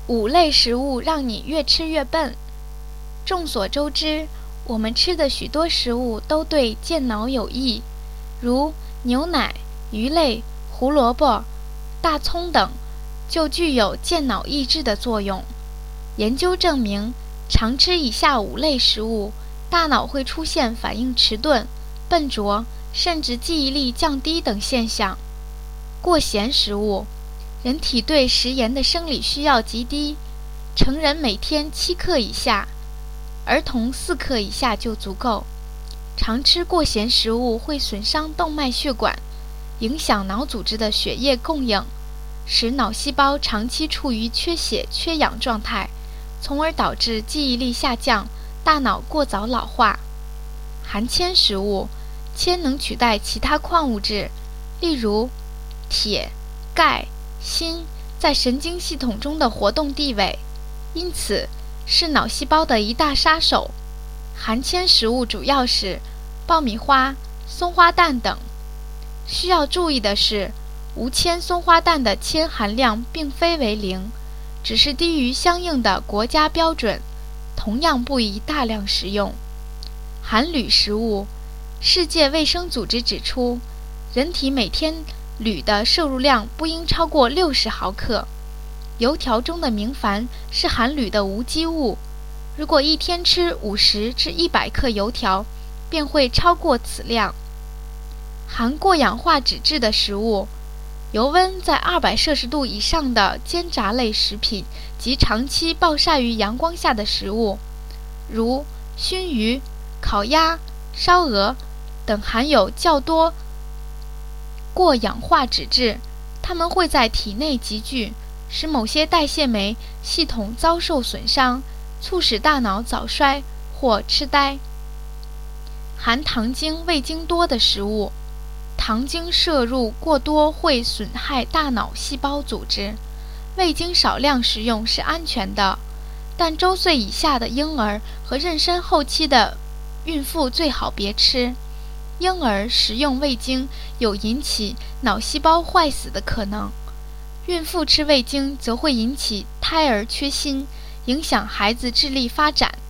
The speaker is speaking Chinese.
五类食物让你越吃越笨。众所周知，我们吃的许多食物都对健脑有益，如牛奶、鱼类、胡萝卜、大葱等，就具有健脑益智的作用。研究证明，常吃以下五类食物，大脑会出现反应迟钝、笨拙，甚至记忆力降低等现象。过咸食物，人体对食盐的生理需要极低，成人每天7克以下，儿童4克以下就足够。常吃过咸食物会损伤动脉血管，影响脑组织的血液供应，使脑细胞长期处于缺血缺氧状态，从而导致记忆力下降，大脑过早老化。含铅食物，铅能取代其他矿物质，例如铁、钙、锌在神经系统中的活动地位，因此是脑细胞的一大杀手。含铅食物主要是爆米花、松花蛋等。需要注意的是，无铅松花蛋的铅含量并非为0，只是低于相应的国家标准，同样不宜大量食用。含铝食物，世界卫生组织指出，人体每天铝的摄入量不应超过60毫克。油条中的明矾是含铝的无机物，如果一天吃50至100克油条，便会超过此量。含过氧化脂质的食物，油温在200摄氏度以上的煎炸类食品及长期暴晒于阳光下的食物，如熏鱼、烤鸭、烧鹅等，含有较多过氧化脂质，它们会在体内集聚，使某些代谢酶系统遭受损伤，促使大脑早衰或痴呆。含糖精、味精多的食物，糖精摄入过多会损害大脑细胞组织，味精少量食用是安全的，但周岁以下的婴儿和妊娠后期的孕妇最好别吃。婴儿食用味精有引起脑细胞坏死的可能，孕妇吃味精则会引起胎儿缺锌，影响孩子智力发展。